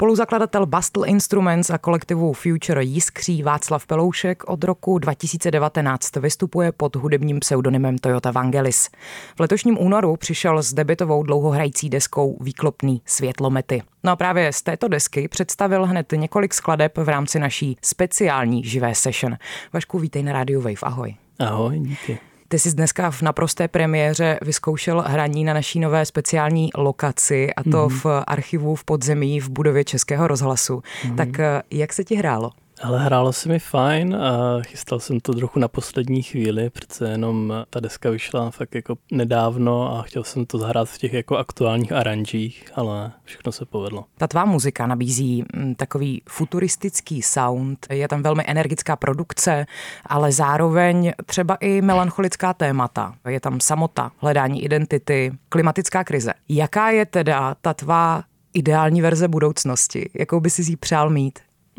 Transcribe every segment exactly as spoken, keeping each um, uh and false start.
Spoluzakladatel Bastl Instruments a kolektivu Future Jiskří Václav Peloušek od roku dva tisíce devatenáct vystupuje pod hudebním pseudonymem Toyota Vangelis. V letošním únoru přišel s debutovou dlouhohrající deskou Výklopný světlomety. No a právě z této desky představil hned několik skladeb v rámci naší speciální živé session. Vašku, vítej na rádiu Wave, ahoj. Ahoj, díky. Ty jsi dneska v naprosté premiéře vyzkoušel hraní na naší nové speciální lokaci, a to mm-hmm. v archivu v podzemí v budově Českého rozhlasu. Mm-hmm. Tak jak se ti hrálo? Ale hrálo se mi fajn a chystal jsem to trochu na poslední chvíli, přece jenom ta deska vyšla fakt jako nedávno a chtěl jsem to zahrát v těch jako aktuálních aranžích, ale všechno se povedlo. Ta tvá muzika nabízí takový futuristický sound, je tam velmi energická produkce, ale zároveň třeba i melancholická témata. Je tam samota, hledání identity, klimatická krize. Jaká je teda ta tvá ideální verze budoucnosti? Jakou by si jí přál mít?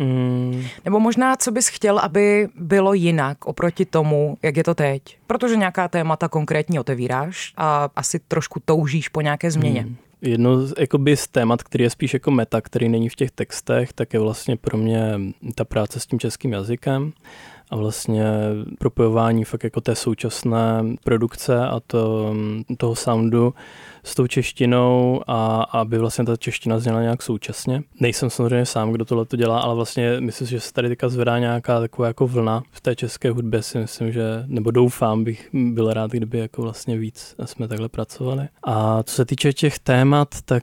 Mm. Nebo možná, co bys chtěl, aby bylo jinak oproti tomu, jak je to teď? Protože nějaká témata konkrétní otevíráš a asi trošku toužíš po nějaké změně. Mm. Jedno z, jakoby, z témat, který je spíš jako meta, který není v těch textech, tak je vlastně pro mě ta práce s tím českým jazykem a vlastně propojování fakt jako té současné produkce a to, toho soundu s tou češtinou a aby vlastně ta čeština zněla nějak současně. Nejsem samozřejmě sám, kdo tohle to dělá, ale vlastně myslím, že se tady teďka zvedá nějaká taková jako vlna v té české hudbě, si myslím, že, nebo doufám, bych byl rád, kdyby jako vlastně víc jsme takhle pracovali. A co se týče těch témat, tak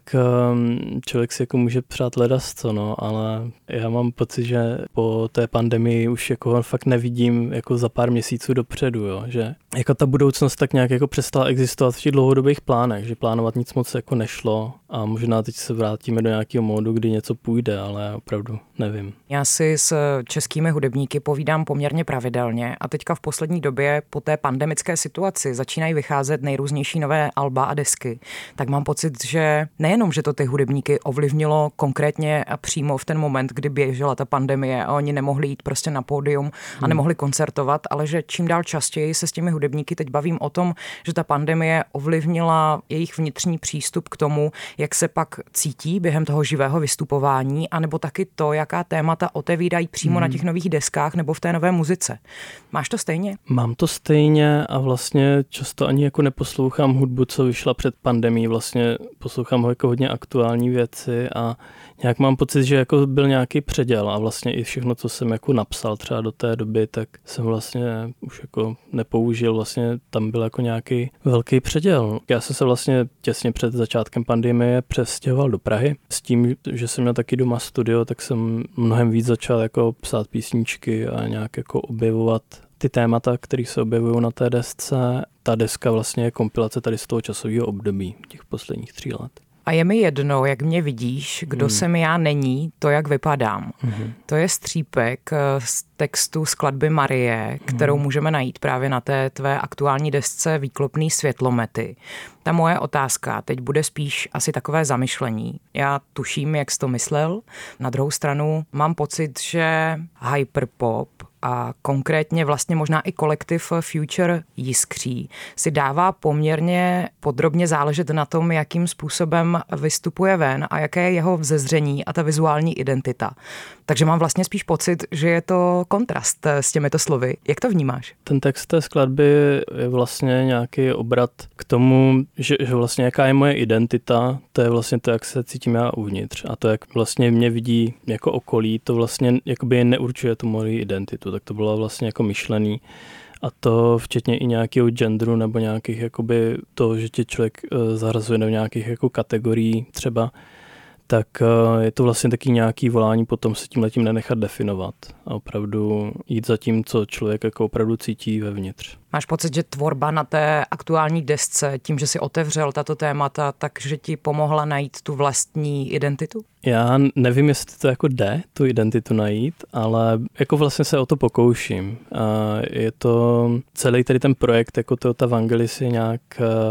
člověk si jako může přát ledas co, no, ale já mám pocit, že po té pandemii už jako fakt nevidím jako za pár měsíců dopředu, jo, že jako ta budoucnost tak nějak jako přestala existovat v těch dlouhodobých plánech, že plánovat nic moc jako nešlo a možná teď se vrátíme do nějakého módu, kdy něco půjde, ale opravdu nevím. Já si s českými hudebníky povídám poměrně pravidelně a teďka v poslední době po té pandemické situaci začínají vycházet nejrůznější nové alba a desky. Tak mám pocit, že nejenom, že to ty hudebníky ovlivnilo konkrétně a přímo v ten moment, kdy běžela ta pandemie a oni nemohli jít prostě na pódium a nemohli koncertovat, ale že čím dál častěji se s těmi hudebníky teď bavím o tom, že ta pandemie ovlivnila jejich vnitřní přístup k tomu, jak se pak cítí během toho živého vystupování, anebo taky to, jaká témata otevírají přímo hmm. na těch nových deskách nebo v té nové muzice. Máš to stejně? Mám to stejně a vlastně často ani jako neposlouchám hudbu, co vyšla před pandemií, vlastně poslouchám jako hodně aktuální věci a nějak mám pocit, že jako byl nějaký předěl a vlastně i všechno, co jsem jako napsal třeba do té doby, tak jsem vlastně už jako nepoužil, vlastně tam byl jako nějaký velký předěl. Já jsem se vlastně těsně před začátkem pandemie přestěhoval do Prahy. S tím, že jsem měl taky doma studio, tak jsem mnohem víc začal jako psát písničky a nějak jako objevovat ty témata, které se objevují na té desce. Ta deska vlastně je kompilace tady z toho časového období, těch posledních tří let. A je mi jedno, jak mě vidíš, kdo hmm. jsem já není, to, jak vypadám. Hmm. To je střípek z textu skladby Marie, kterou hmm. můžeme najít právě na té tvé aktuální desce Výklopný světlomety. Ta moje otázka teď bude spíš asi takové zamyšlení. Já tuším, jak jsi to myslel. Na druhou stranu mám pocit, že hyperpop a konkrétně vlastně možná i kolektiv Future Jiskří si dává poměrně podrobně záležet na tom, jakým způsobem vystupuje ven a jaké je jeho vzezření a ta vizuální identita. Takže mám vlastně spíš pocit, že je to kontrast s těmito slovy. Jak to vnímáš? Ten text té skladby je vlastně nějaký obrat k tomu, že, že vlastně jaká je moje identita, to je vlastně to, jak se cítím já uvnitř a to, jak vlastně mě vidí jako okolí, to vlastně jakoby neurčuje tu moji identitu, tak to bylo vlastně jako myšlený. A to včetně i nějakého genderu nebo nějakých jakoby to, že tě člověk zařazuje do nějakých jako kategorií třeba, tak je to vlastně taky nějaký volání potom se tímhletím nenechat definovat a opravdu jít za tím, co člověk jako opravdu cítí vevnitř. Máš pocit, že tvorba na té aktuální desce, tím, že si otevřel tato témata, takže ti pomohla najít tu vlastní identitu? Já nevím, jestli to jako jde, tu identitu najít, ale jako vlastně se o to pokouším. A je to celý tady ten projekt, jako Toyota Vangelis je nějak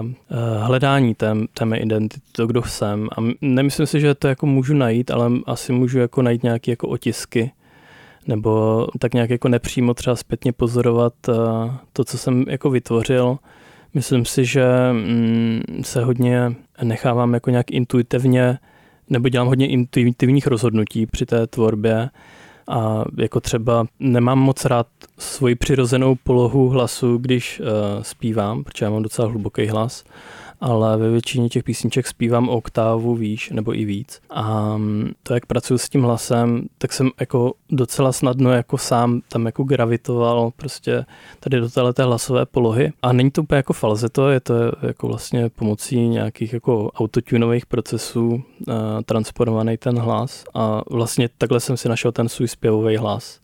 hledání té, té mé identity, to, kdo jsem. A nemyslím si, že to jako můžu najít, ale asi můžu jako najít nějaké jako otisky, nebo tak nějak jako nepřímo třeba zpětně pozorovat to, co jsem jako vytvořil. Myslím si, že se hodně nechávám jako nějak intuitivně nebo dělám hodně intuitivních rozhodnutí při té tvorbě a jako třeba nemám moc rád svoji přirozenou polohu hlasu, když uh, zpívám, protože já mám docela hluboký hlas, ale ve většině těch písniček zpívám o oktávu výš nebo i víc. A to, jak pracuji s tím hlasem, tak jsem jako docela snadno jako sám tam jako gravitoval prostě tady do téhleté hlasové polohy. A není to úplně jako falzeto, je to jako vlastně pomocí nějakých jako autotunových procesů uh, transformovaný ten hlas a vlastně takhle jsem si našel ten svůj zpěvový hlas.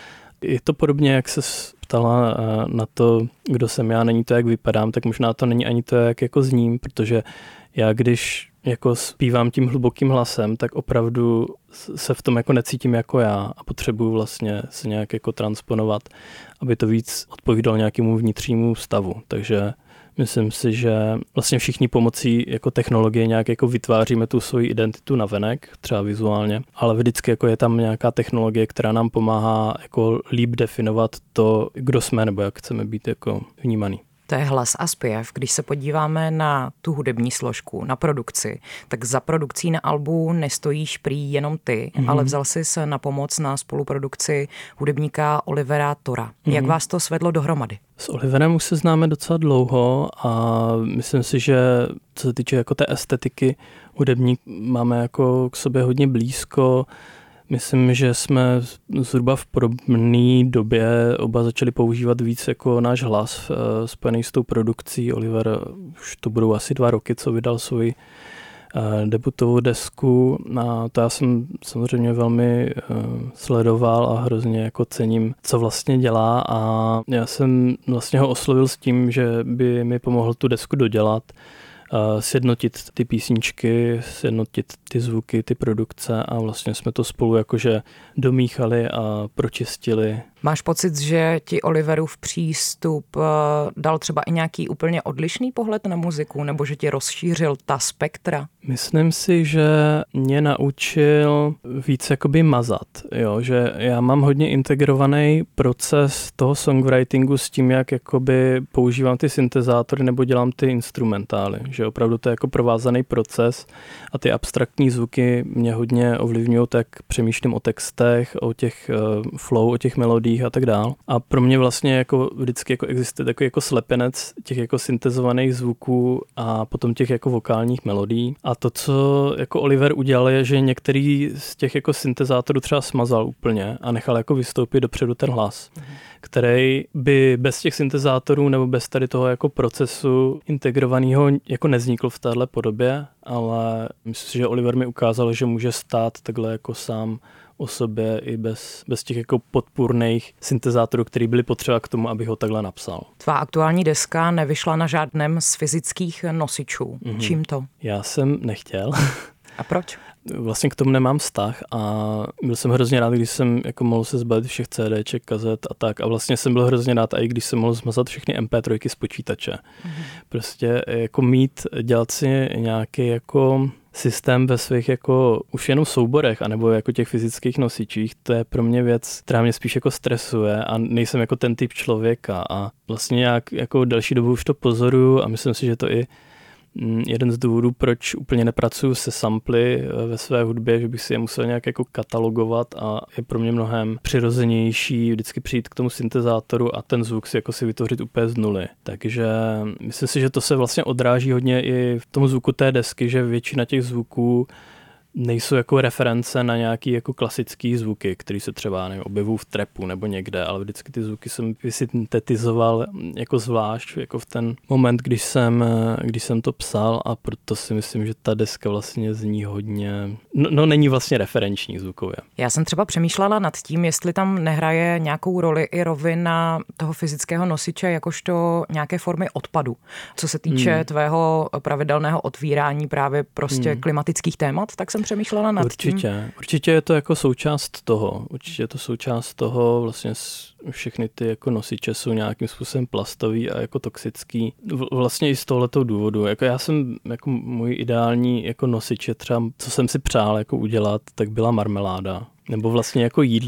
Je to podobně, jak se ptala na to, kdo jsem já, není to, jak vypadám, tak možná to není ani to, jak jako zním, protože já když jako zpívám tím hlubokým hlasem, tak opravdu se v tom jako necítím jako já a potřebuju vlastně se nějak jako transponovat, aby to víc odpovídalo nějakému vnitřnímu stavu. Takže myslím si, že vlastně všichni pomocí jako technologie nějak jako vytváříme tu svoji identitu navenek, třeba vizuálně, ale vždycky jako je tam nějaká technologie, která nám pomáhá jako líp definovat to, kdo jsme nebo jak chceme být jako vnímaný. To je hlas a zpěv. Když se podíváme na tu hudební složku, na produkci, tak za produkcí na albu nestojíš prý jenom ty, mm-hmm. ale vzal jsi se na pomoc na spoluprodukci hudebníka Olivera Tora. Mm-hmm. Jak vás to svedlo dohromady? S Oliverem už se známe docela dlouho a myslím si, že co se týče jako té estetiky hudební, máme jako k sobě hodně blízko. Myslím, že jsme zhruba v podobné době oba začali používat víc jako náš hlas spojený s tou produkcí. Oliver, už to budou asi dva roky, co vydal svoji debutovou desku. A to já jsem samozřejmě velmi sledoval a hrozně jako cením, co vlastně dělá. A já jsem vlastně ho oslovil s tím, že by mi pomohl tu desku dodělat, sjednotit ty písničky, sjednotit ty zvuky, ty produkce a vlastně jsme to spolu jakože domíchali a pročistili. Máš pocit, že ti Oliverův přístup dal třeba i nějaký úplně odlišný pohled na muziku, nebo že ti rozšířil ta spektra? Myslím si, že mě naučil víc jakoby mazat, jo? Že já mám hodně integrovaný proces toho songwritingu s tím, jak jakoby používám ty syntezátory nebo dělám ty instrumentály, že opravdu to je jako provázaný proces a ty abstraktní zvuky mě hodně ovlivňují, tak přemýšlím o textech, o těch uh, flow, o těch melodiích a tak dál. A pro mě vlastně jako vždycky jako existuje takový jako slepenec těch jako syntezovaných zvuků a potom těch jako vokálních melodií. A to, co jako Oliver udělal, je, že některý z těch jako syntezátorů třeba smazal úplně a nechal jako vystoupit dopředu ten hlas, mhm. který by bez těch syntezátorů nebo bez tady toho jako procesu integrovaného jako nevznikl v téhle podobě, ale myslím si, že Oliver mi ukázal, že může stát takhle jako sám o sobě i bez, bez těch jako podpůrných syntezátorů, který byly potřeba k tomu, abych ho takhle napsal. Tvá aktuální deska nevyšla na žádném z fyzických nosičů. Mm-hmm. Čím to? Já jsem nechtěl. A proč? Vlastně k tomu nemám vztah a byl jsem hrozně rád, když jsem jako mohl se zbavit všech CDček, kazet a tak. A vlastně jsem byl hrozně rád, i když jsem mohl zmazat všechny em pé tři z počítače. Mm-hmm. Prostě jako mít, dělat si nějaký jako systém ve svých jako už jenom souborech, anebo jako těch fyzických nosičích, to je pro mě věc, která mě spíš jako stresuje a nejsem jako ten typ člověka a vlastně nějak jako další dobu už to pozoruju a myslím si, že to i jeden z důvodů, proč úplně nepracuju se samply ve své hudbě, že bych si je musel nějak jako katalogovat a je pro mě mnohem přirozenější vždycky přijít k tomu syntezátoru a ten zvuk si jako si vytvořit úplně z nuly. Takže myslím si, že to se vlastně odráží hodně i v tom zvuku té desky, že většina těch zvuků nejsou jako reference na nějaký jako klasický zvuky, který se třeba nevím, objevují v trapu nebo někde, ale vždycky ty zvuky jsem syntetizoval jako zvlášť jako v ten moment, když jsem, když jsem to psal a proto si myslím, že ta deska vlastně zní hodně, no, no není vlastně referenční zvukově. Já jsem třeba přemýšlela nad tím, jestli tam nehraje nějakou roli i rovina toho fyzického nosiče jakožto nějaké formy odpadu, co se týče hmm. tvého pravidelného otvírání právě prostě hmm. klimatických témat, tak jsem přemýšlela nad určitě, tím. Určitě je to jako součást toho. Určitě je to součást toho, vlastně všechny ty jako nosiče jsou nějakým způsobem plastový a jako toxický. Vlastně i z tohoto důvodu. Jako já jsem, jako můj ideální jako nosiče třeba, co jsem si přál jako udělat, tak byla marmeláda. Nebo vlastně jako jídlo,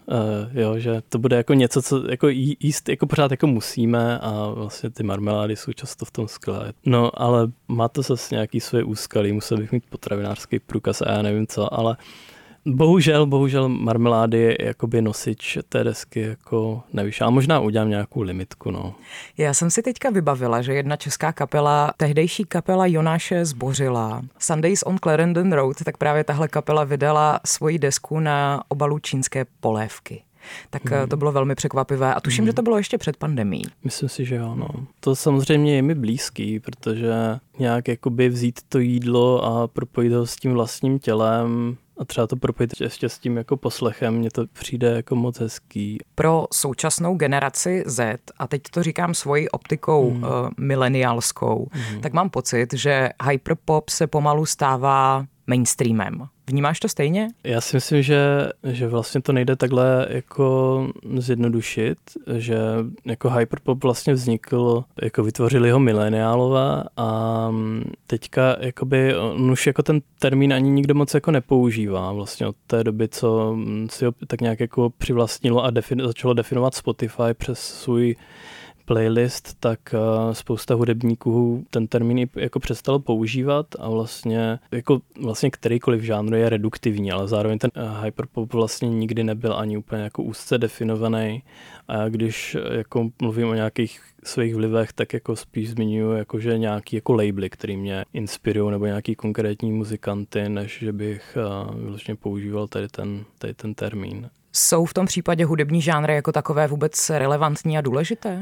uh, jo, že to bude jako něco, co jako jíst jako pořád jako musíme a vlastně ty marmelády jsou často v tom skvělé. No, ale má to zase nějaký svoje úskalí, musel bych mít potravinářský průkaz a já nevím co, ale Bohužel, bohužel marmelády je jakoby nosič té desky jako nevyšší. A možná udělám nějakou limitku, no. Já jsem si teďka vybavila, že jedna česká kapela, tehdejší kapela Jonáše Zbořila, Sundays on Clarendon Road, tak právě tahle kapela vydala svoji desku na obalu čínské polévky. Tak hmm. to bylo velmi překvapivé a tuším, hmm. že to bylo ještě před pandemií. Myslím si, že jo, no. To samozřejmě je mi blízký, protože nějak jakoby vzít to jídlo a propojit ho s tím vlastním tělem a třeba to propojit ještě s tím jako poslechem, mně to přijde jako moc hezký. Pro současnou generaci Z, a teď to říkám svojí optikou hmm. uh, mileniálskou, hmm. tak mám pocit, že hyperpop se pomalu stává mainstreamem. Vnímáš to stejně? Já si myslím, že, že vlastně to nejde takhle jako zjednodušit, že jako hyperpop vlastně vznikl, jako vytvořili ho mileniálové a teďka jakoby on už jako ten termín ani nikdo moc jako nepoužívá vlastně od té doby, co si ho tak nějak jako přivlastnilo a defin, začalo definovat Spotify přes svůj playlist, tak spousta hudebníků ten termín jako přestalo používat a vlastně jako vlastně kterýkoliv žánr je reduktivní, ale zároveň ten hyperpop vlastně nikdy nebyl ani úplně jako úzce definovaný a když jako mluvím o nějakých svých vlivech, tak jako spíš zmiňuji jakože nějaký jako labely, který mě inspirují nebo nějaký konkrétní muzikanty, než že bych vlastně používal tady ten, tady ten termín. Jsou v tom případě hudební žánry jako takové vůbec relevantní a důležité?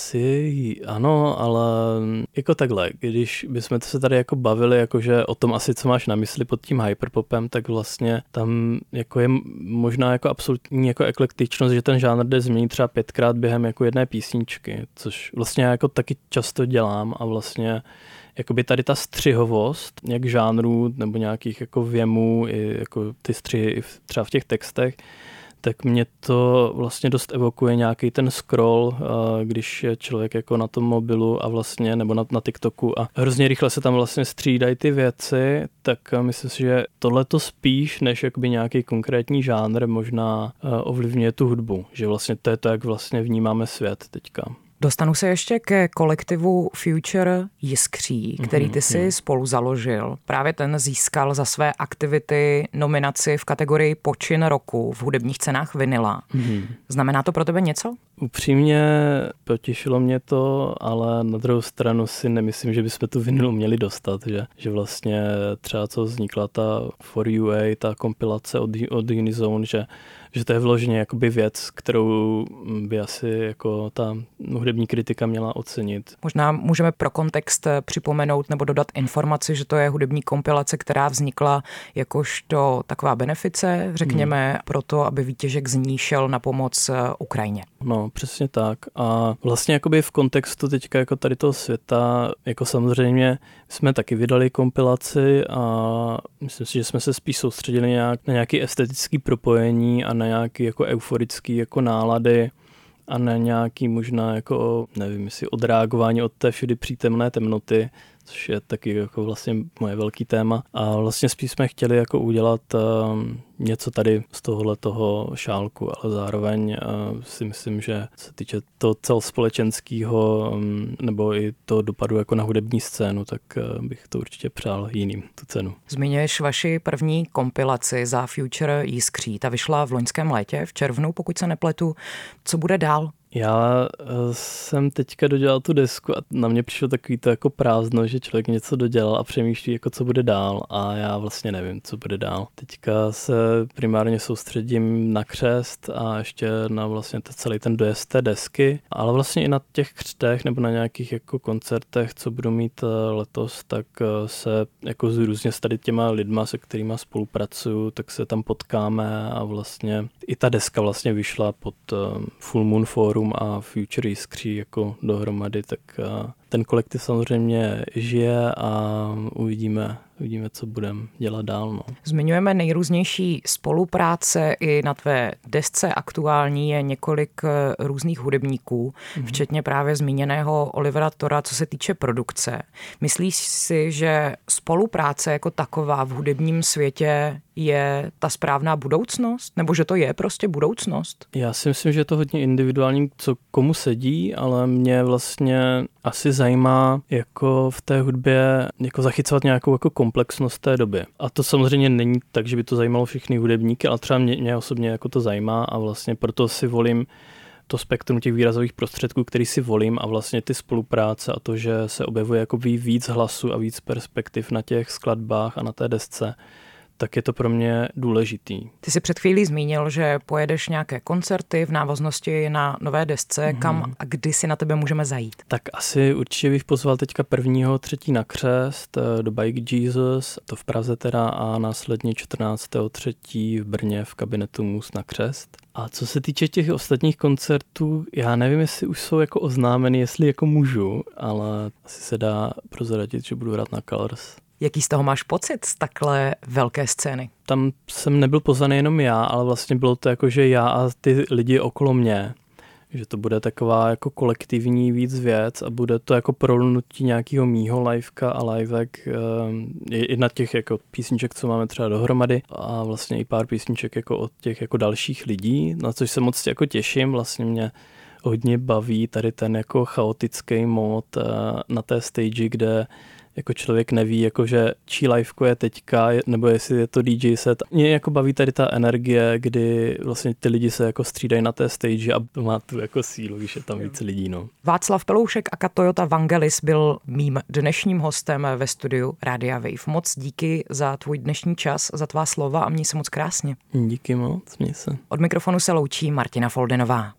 Asi ano, ale jako takhle, když bychom se tady jako bavili jakože o tom asi, co máš na mysli pod tím hyperpopem, tak vlastně tam jako je možná jako absolutní jako eklektičnost, že ten žánr jde změnit třeba pětkrát během jako jedné písničky, což vlastně jako taky často dělám a vlastně jakoby tady ta střihovost, jak žánrů nebo nějakých jako věmů, i jako ty střihy i třeba v těch textech, tak mě to vlastně dost evokuje nějaký ten scroll, když je člověk jako na tom mobilu a vlastně, nebo na, na TikToku a hrozně rychle se tam vlastně střídají ty věci, tak myslím si, že tohle to spíš, než jakoby nějaký konkrétní žánr možná ovlivňuje tu hudbu, že vlastně to je to, jak vlastně vnímáme svět teďka. Dostanu se ještě ke kolektivu Future Jiskří, který ty si spolu založil. Právě ten získal za své aktivity nominaci v kategorii Počin roku v hudebních cenách Vinyla. Mm. Znamená to pro tebe něco? Upřímně potěšilo mě to, ale na druhou stranu si nemyslím, že bychom tu Vinylu měli dostat, že, že vlastně třeba co vznikla ta For U A, ta kompilace od, od Unizone, že že to je vloženě jakoby věc, kterou by asi jako ta hudební kritika měla ocenit. Možná můžeme pro kontext připomenout nebo dodat informaci, že to je hudební kompilace, která vznikla jakožto taková benefice, řekněme, hmm. proto, aby výtěžek z ní šel na pomoc Ukrajině. No, přesně tak. A vlastně jakoby v kontextu teďka jako tady toho světa, jako samozřejmě jsme taky vydali kompilaci a myslím si, že jsme se spíš soustředili nějak na nějaké estetické propojení a na nějaký jako euforický jako nálady a na nějaký možná jako, nevím, jestli odreagování od té všudy přítomné temnoty, což je taky jako vlastně moje velký téma. A vlastně spíš jsme chtěli jako udělat um, něco tady z tohohle toho šálku, ale zároveň uh, si myslím, že se týče toho celospolečenského um, nebo i toho dopadu jako na hudební scénu, tak uh, bych to určitě přál jiným, tu cenu. Zmiňuješ vaši první kompilaci za Future Jiskří. Ta vyšla v loňském létě, v červnu, pokud se nepletu. Co bude dál? Já jsem teďka dodělal tu desku a na mě přišlo takový to jako prázdno, že člověk něco dodělal a přemýšlí, jako co bude dál a já vlastně nevím, co bude dál. Teďka se primárně soustředím na křest a ještě na vlastně celý ten dojezd té desky, ale vlastně i na těch křtech nebo na nějakých jako koncertech, co budu mít letos, tak se jako různě s tady těma lidma, se kterýma spolupracuju, tak se tam potkáme a vlastně i ta deska vlastně vyšla pod Full Moon Forum a Future Jiskří jako dohromady, tak Ten kolektiv samozřejmě žije a uvidíme, uvidíme, co budeme dělat dál. No. Zmiňujeme nejrůznější spolupráce, i na tvé desce aktuální je několik různých hudebníků, mm-hmm. včetně právě zmíněného Olivera Tora, co se týče produkce. Myslíš si, že spolupráce jako taková v hudebním světě je ta správná budoucnost? Nebo že to je prostě budoucnost? Já si myslím, že je to hodně individuální, co komu sedí, ale mě vlastně asi zajímá jako v té hudbě jako zachycovat nějakou jako komplexnost té doby. A to samozřejmě není tak, že by to zajímalo všechny hudebníky, ale třeba mě, mě osobně jako to zajímá a vlastně proto si volím to spektrum těch výrazových prostředků, který si volím a vlastně ty spolupráce a to, že se objevuje jako víc hlasů a víc perspektiv na těch skladbách a na té desce, tak je to pro mě důležitý. Ty jsi před chvílí zmínil, že pojedeš nějaké koncerty v návaznosti na nové desce. Mm. Kam a kdy si na tebe můžeme zajít? Tak asi určitě bych pozval teďka prvního třetí na křest do Bike Jesus, to v Praze teda, a následně čtrnáctého třetí v Brně v kabinetu Mus na křest. A co se týče těch ostatních koncertů, já nevím, jestli už jsou jako oznámeny, jestli jako můžu, ale asi se dá prozradit, že budu hrát na Colors. Jaký z toho máš pocit z takhle velké scény? Tam jsem nebyl pozvaný jenom já, ale vlastně bylo to jako, že já a ty lidi okolo mě. Že to bude taková jako kolektivní víc věc a bude to jako prolnutí nějakého mýho liveka a livek. Jedna těch jako písniček, co máme třeba dohromady a vlastně i pár písniček jako od těch jako dalších lidí, na což se moc jako těším. Vlastně mě hodně baví tady ten jako chaotický mod na té stage, kde jako člověk neví, jako že čí liveko je teďka, nebo jestli je to D J set. Mě jako baví tady ta energie, kdy vlastně ty lidi se jako střídají na té stage a to má tu jako sílu, když je tam víc lidí. No. Václav Peloušek aka Toyota Vangelis byl mým dnešním hostem ve studiu Rádia Wave. Moc díky za tvůj dnešní čas, za tvá slova a měj se moc krásně. Díky moc, měj se. Od mikrofonu se loučí Martina Foldenová.